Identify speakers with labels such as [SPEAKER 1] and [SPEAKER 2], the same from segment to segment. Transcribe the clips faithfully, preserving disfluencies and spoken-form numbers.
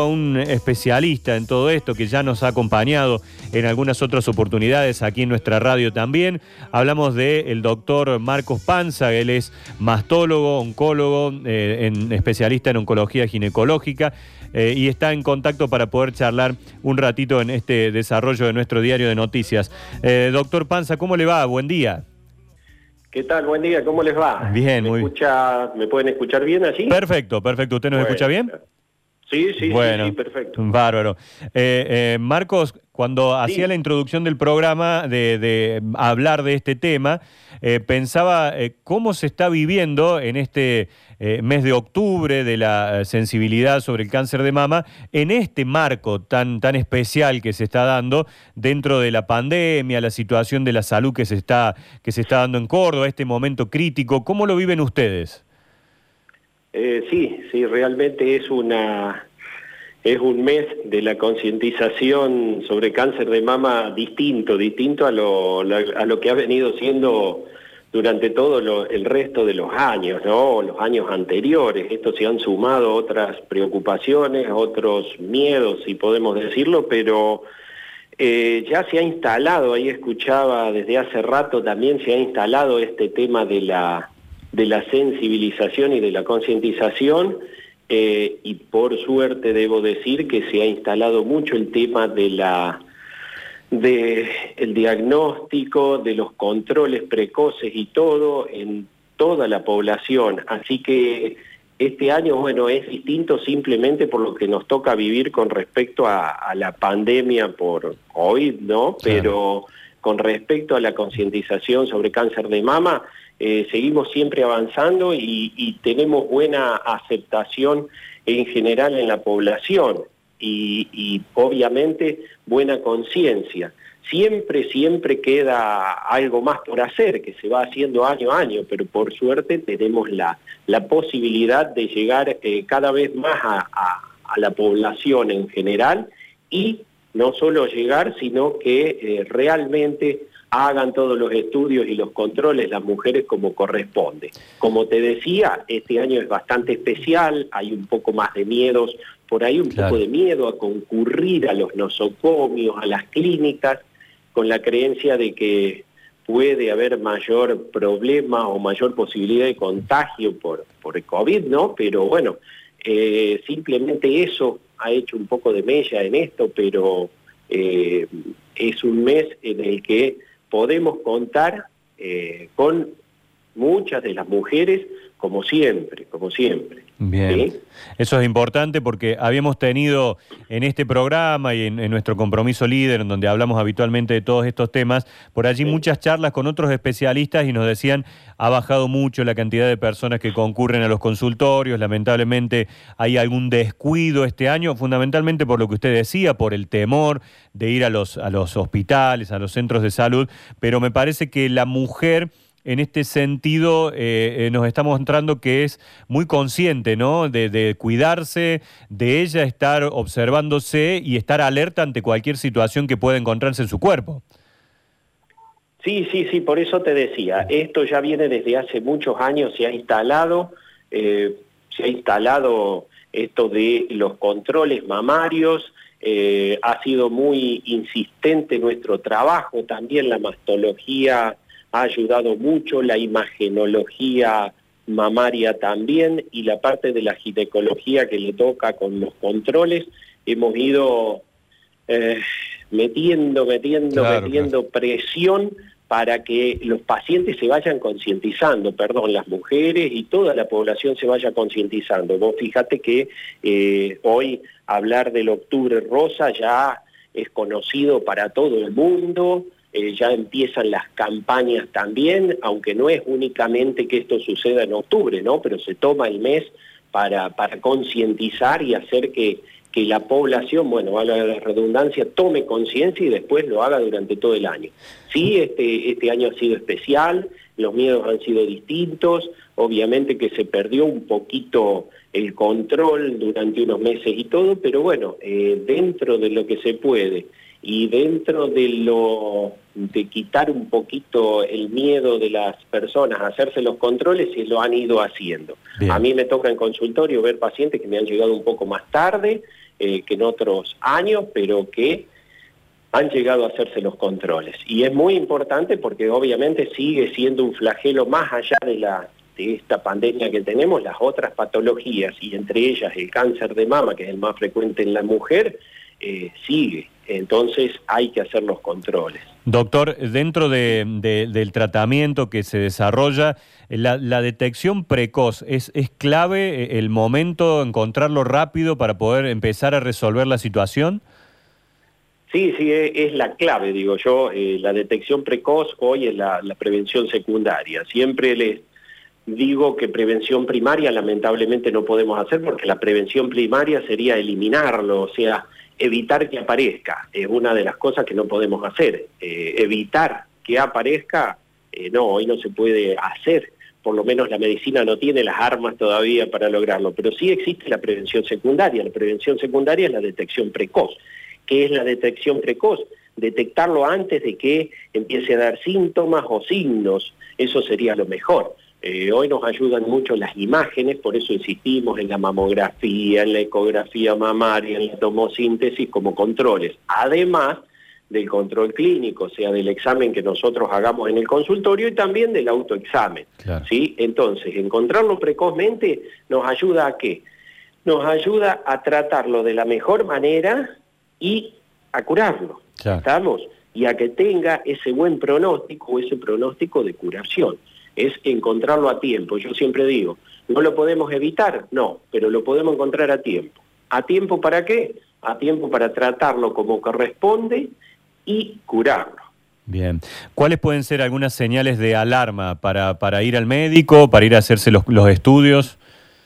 [SPEAKER 1] un especialista en todo esto que ya nos ha acompañado en algunas otras oportunidades aquí en nuestra radio también. Hablamos del doctor Marcos Panza, él es mastólogo, oncólogo, eh, en, especialista en oncología ginecológica eh, y está en contacto para poder charlar un ratito en este desarrollo de nuestro diario de noticias. Eh, doctor Panza, ¿cómo le va? Buen día.
[SPEAKER 2] ¿Qué tal? Buen día, ¿cómo les va?
[SPEAKER 1] Bien,
[SPEAKER 2] ¿Me
[SPEAKER 1] muy
[SPEAKER 2] escucha, ¿Me pueden escuchar bien allí?
[SPEAKER 1] Perfecto, perfecto. ¿Usted nos
[SPEAKER 2] Bueno,
[SPEAKER 1] escucha bien?
[SPEAKER 2] Sí, sí,
[SPEAKER 1] bueno,
[SPEAKER 2] sí, sí, perfecto.
[SPEAKER 1] Bárbaro. Eh, eh, Marcos, cuando
[SPEAKER 2] Sí.
[SPEAKER 1] hacía la introducción del programa de, de hablar de este tema, eh, pensaba eh, cómo se está viviendo en este eh, mes de octubre de la sensibilidad sobre el cáncer de mama, en este marco tan, tan especial que se está dando dentro de la pandemia, la situación de la salud que se está, que se está dando en Córdoba, este momento crítico. ¿Cómo lo viven ustedes?
[SPEAKER 2] Eh, sí, sí, realmente es una es un mes de la concientización sobre cáncer de mama distinto, distinto a lo, a lo que ha venido siendo durante todo lo, el resto de los años, ¿no? Los años anteriores. Esto se han sumado otras preocupaciones, otros miedos, si podemos decirlo, pero eh, ya se ha instalado, ahí escuchaba desde hace rato también se ha instalado este tema de la de la sensibilización y de la concientización, eh, y por suerte debo decir que se ha instalado mucho el tema de la de el diagnóstico, de los controles precoces y todo en toda la población. Así que este año, bueno, es distinto simplemente por lo que nos toca vivir con respecto a, a la pandemia por COVID, ¿no? Pero con respecto a la concientización sobre cáncer de mama, Eh, seguimos siempre avanzando y, y tenemos buena aceptación en general en la población y, y obviamente buena conciencia. Siempre, siempre queda algo más por hacer, que se va haciendo año a año, pero por suerte tenemos la, la posibilidad de llegar eh, cada vez más a, a, a la población en general y no solo llegar, sino que eh, realmente hagan todos los estudios y los controles las mujeres como corresponde. Como te decía, este año es bastante especial, hay un poco más de miedos, por ahí un claro. poco de miedo a concurrir a los nosocomios, a las clínicas, con la creencia de que puede haber mayor problema o mayor posibilidad de contagio por, por el COVID, ¿no? Pero bueno, eh, simplemente eso ha hecho un poco de mella en esto, pero eh, es un mes en el que podemos contar eh, con muchas de las mujeres, como siempre, como siempre.
[SPEAKER 1] Bien,
[SPEAKER 2] ¿Sí?
[SPEAKER 1] Eso es importante porque habíamos tenido en este programa y en, en nuestro compromiso líder, en donde hablamos habitualmente de todos estos temas, por allí sí. muchas charlas con otros especialistas y nos decían, ha bajado mucho la cantidad de personas que concurren a los consultorios, lamentablemente hay algún descuido este año, fundamentalmente por lo que usted decía, por el temor de ir a los, a los hospitales, a los centros de salud, pero me parece que la mujer en este sentido eh, eh, nos está mostrando que es muy consciente, ¿no? De, de cuidarse, de ella estar observándose y estar alerta ante cualquier situación que pueda encontrarse en su cuerpo.
[SPEAKER 2] Sí, sí, sí, por eso te decía, esto ya viene desde hace muchos años, se ha instalado, eh, se ha instalado esto de los controles mamarios, eh, ha sido muy insistente nuestro trabajo, también la mastología ha ayudado mucho, la imagenología mamaria también, y la parte de la ginecología que le toca con los controles, hemos ido eh, metiendo, metiendo, claro, metiendo claro. presión para que los pacientes se vayan concientizando, perdón, las mujeres y toda la población se vaya concientizando. Vos fíjate que eh, hoy hablar del octubre rosa ya es conocido para todo el mundo. Eh, ya empiezan las campañas también, aunque no es únicamente que esto suceda en octubre, ¿no? Pero se toma el mes para, para concientizar y hacer que, que la población, bueno, valga la redundancia, tome conciencia y después lo haga durante todo el año. Sí, este, este año ha sido especial, los miedos han sido distintos, obviamente que se perdió un poquito el control durante unos meses y todo, pero bueno, eh, dentro de lo que se puede y dentro de lo de quitar un poquito el miedo de las personas a hacerse los controles, se lo han ido haciendo. Bien. A mí me toca en consultorio ver pacientes que me han llegado un poco más tarde, eh, que en otros años, pero que han llegado a hacerse los controles. Y es muy importante porque obviamente sigue siendo un flagelo más allá de, la, de esta pandemia que tenemos, las otras patologías, y entre ellas el cáncer de mama, que es el más frecuente en la mujer, eh, sigue. Entonces hay que hacer los controles.
[SPEAKER 1] Doctor, dentro de, de, del tratamiento que se desarrolla, la, la detección precoz, ¿es, ¿es clave el momento, encontrarlo rápido para poder empezar a resolver la situación?
[SPEAKER 2] Sí, sí, es la clave, digo yo. Eh, la detección precoz hoy es la, la prevención secundaria. Siempre les digo que prevención primaria lamentablemente no podemos hacer porque la prevención primaria sería eliminarlo, o sea, evitar que aparezca. Es una de las cosas que no podemos hacer. Eh, evitar que aparezca, eh, no, hoy no se puede hacer. Por lo menos la medicina no tiene las armas todavía para lograrlo, pero sí existe la prevención secundaria. La prevención secundaria es la detección precoz. ¿Qué es la detección precoz? Detectarlo antes de que empiece a dar síntomas o signos, eso sería lo mejor. Eh, hoy nos ayudan mucho las imágenes, por eso insistimos en la mamografía, en la ecografía mamaria, en la tomosíntesis como controles, además del control clínico, o sea, del examen que nosotros hagamos en el consultorio y también del autoexamen. Claro. ¿Sí? Entonces, encontrarlo precozmente nos ayuda a ¿qué? Nos ayuda a tratarlo de la mejor manera y a curarlo, claro. ¿Estamos? Y a que tenga ese buen pronóstico o ese pronóstico de curación. Es encontrarlo a tiempo. Yo siempre digo, ¿no lo podemos evitar? No, pero lo podemos encontrar a tiempo. ¿A tiempo para qué? A tiempo para tratarlo como corresponde y curarlo.
[SPEAKER 1] Bien. ¿Cuáles pueden ser algunas señales de alarma para, para ir al médico, para ir a hacerse los, los estudios?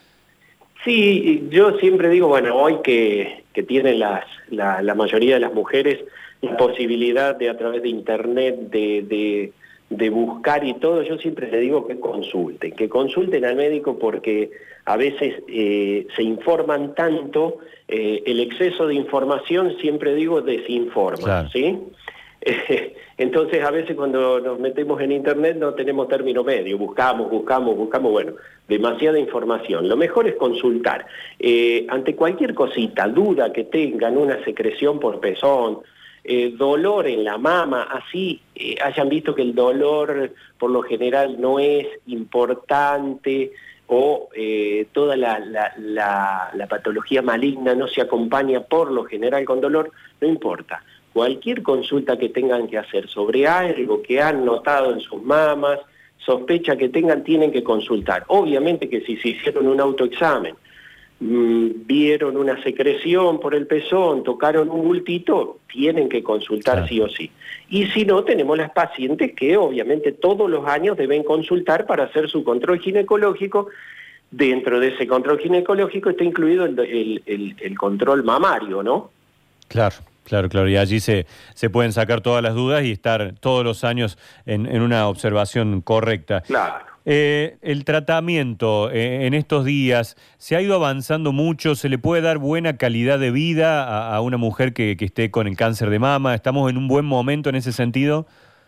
[SPEAKER 2] Sí, yo siempre digo, bueno, hoy que, que tienen las, la, la mayoría de las mujeres la posibilidad de a través de internet, de, de, de buscar y todo, yo siempre le digo que consulten, que consulten al médico porque a veces eh, se informan tanto, eh, el exceso de información, siempre digo, desinforma, claro. ¿Sí? Entonces a veces cuando nos metemos en internet no tenemos término medio, buscamos, buscamos, buscamos, bueno, demasiada información. Lo mejor es consultar. Eh, ante cualquier cosita, duda que tengan, una secreción por pezón, eh, dolor en la mama, así eh, hayan visto que el dolor por lo general no es importante o eh, toda la, la, la, la patología maligna no se acompaña por lo general con dolor, no importa. Cualquier consulta que tengan que hacer sobre algo que han notado en sus mamas, sospecha que tengan, tienen que consultar. Obviamente que si se hicieron un autoexamen, mmm, vieron una secreción por el pezón, tocaron un bultito, tienen que consultar claro. Sí o sí. Y si no, tenemos las pacientes que obviamente todos los años deben consultar para hacer su control ginecológico. Dentro de ese control ginecológico está incluido el, el, el, el control mamario, ¿no?
[SPEAKER 1] Claro. Claro, claro, y allí se, se pueden sacar todas las dudas y estar todos los años en, en una observación correcta.
[SPEAKER 2] Claro.
[SPEAKER 1] Eh, el tratamiento eh, en estos días, ¿se ha ido avanzando mucho? ¿Se le puede dar buena calidad de vida a, a una mujer que, que esté con el cáncer de mama? ¿Estamos en un buen momento en ese sentido?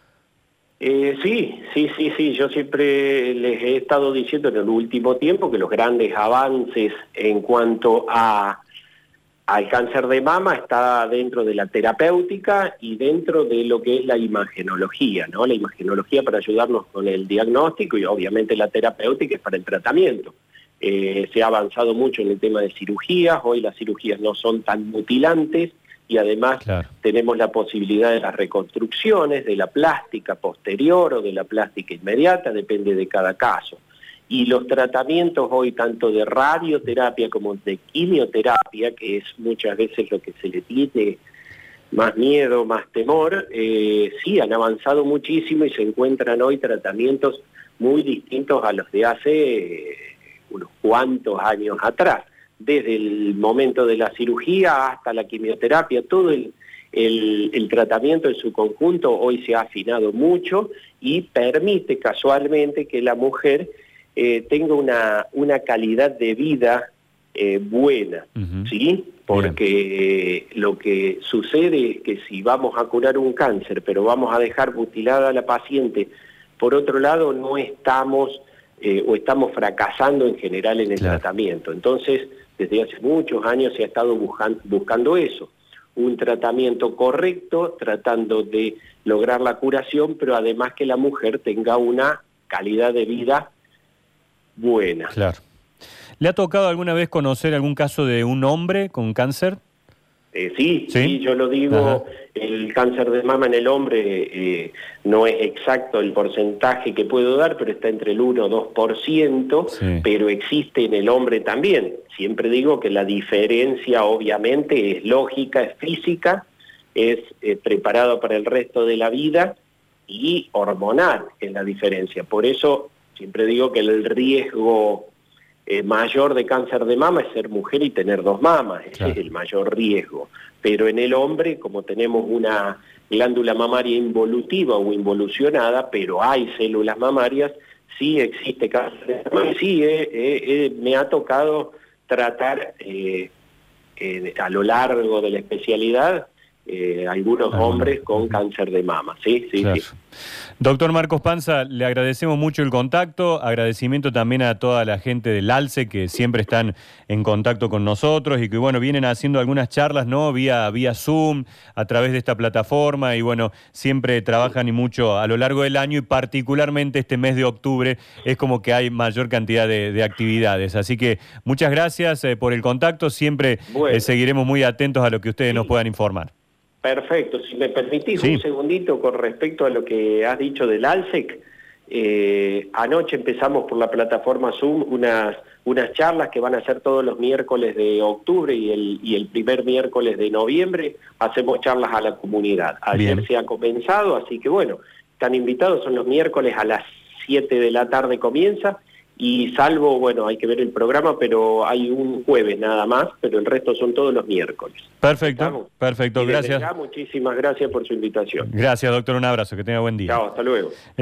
[SPEAKER 2] Eh, sí, sí, sí, sí. Yo siempre les he estado diciendo en el último tiempo que los grandes avances en cuanto a al cáncer de mama está dentro de la terapéutica y dentro de lo que es la imagenología, ¿no? La imagenología para ayudarnos con el diagnóstico y obviamente la terapéutica es para el tratamiento. Eh, se ha avanzado mucho en el tema de cirugías, hoy las cirugías no son tan mutilantes y además claro. tenemos la posibilidad de las reconstrucciones, de la plástica posterior o de la plástica inmediata, depende de cada caso. Y los tratamientos hoy, tanto de radioterapia como de quimioterapia, que es muchas veces lo que se le tiene más miedo, más temor, eh, sí han avanzado muchísimo y se encuentran hoy tratamientos muy distintos a los de hace eh, unos cuantos años atrás. Desde el momento de la cirugía hasta la quimioterapia, todo el, el, el tratamiento en su conjunto hoy se ha afinado mucho y permite casualmente que la mujer Eh, tenga una, una calidad de vida eh, buena, uh-huh. ¿sí? Porque eh, lo que sucede es que si vamos a curar un cáncer, pero vamos a dejar mutilada a la paciente, por otro lado no estamos, eh, o estamos fracasando en general en el claro. tratamiento. Entonces desde hace muchos años se ha estado buscando, buscando eso, un tratamiento correcto, tratando de lograr la curación, pero además que la mujer tenga una calidad de vida buena.
[SPEAKER 1] Claro. ¿Le ha tocado alguna vez conocer algún caso de un hombre con cáncer?
[SPEAKER 2] Eh, sí, sí,
[SPEAKER 1] sí,
[SPEAKER 2] yo lo digo,
[SPEAKER 1] Ajá.
[SPEAKER 2] el cáncer de mama en el hombre eh, no es exacto el porcentaje que puedo dar, pero está entre el uno o dos por ciento,
[SPEAKER 1] Sí.
[SPEAKER 2] pero existe en el hombre también. Siempre digo que la diferencia obviamente es lógica, es física, es eh, preparado para el resto de la vida y hormonal es la diferencia. Por eso siempre digo que el riesgo Eh, mayor de cáncer de mama es ser mujer y tener dos mamas, ese
[SPEAKER 1] Claro.
[SPEAKER 2] es el mayor riesgo. Pero en el hombre, como tenemos una glándula mamaria involutiva o involucionada, pero hay células mamarias, sí existe cáncer de mama. Sí, eh, eh, eh, me ha tocado tratar eh, eh, a lo largo de la especialidad eh, algunos
[SPEAKER 1] Ah,
[SPEAKER 2] hombres
[SPEAKER 1] bueno.
[SPEAKER 2] con cáncer de mama, sí, sí,
[SPEAKER 1] Claro.
[SPEAKER 2] sí.
[SPEAKER 1] Doctor Marcos Panza, le agradecemos mucho el contacto, agradecimiento también a toda la gente del ALCE que siempre están en contacto con nosotros y que bueno, vienen haciendo algunas charlas, ¿no? Vía, vía Zoom, a través de esta plataforma y bueno, siempre trabajan y mucho a lo largo del año y particularmente este mes de octubre es como que hay mayor cantidad de, de actividades. Así que muchas gracias eh, por el contacto, siempre
[SPEAKER 2] Bueno.
[SPEAKER 1] eh, seguiremos muy atentos a lo que ustedes
[SPEAKER 2] Sí.
[SPEAKER 1] nos puedan informar.
[SPEAKER 2] Perfecto, si me permitís
[SPEAKER 1] Sí.
[SPEAKER 2] un segundito con respecto a lo que has dicho del ALSEC, eh, anoche empezamos por la plataforma Zoom unas, unas charlas que van a ser todos los miércoles de octubre y el, y el primer miércoles de noviembre, hacemos charlas a la comunidad. Ayer
[SPEAKER 1] Bien.
[SPEAKER 2] se ha comenzado, así que bueno, están invitados, son los miércoles a las siete de la tarde comienza, y salvo, bueno, hay que ver el programa, pero hay un jueves nada más, pero el resto son todos los miércoles.
[SPEAKER 1] Perfecto,
[SPEAKER 2] ¿Estamos?
[SPEAKER 1] perfecto,
[SPEAKER 2] Y desde
[SPEAKER 1] gracias.
[SPEAKER 2] ya, muchísimas gracias por su invitación.
[SPEAKER 1] Gracias, doctor, un abrazo, que tenga buen día.
[SPEAKER 2] Chao, hasta luego.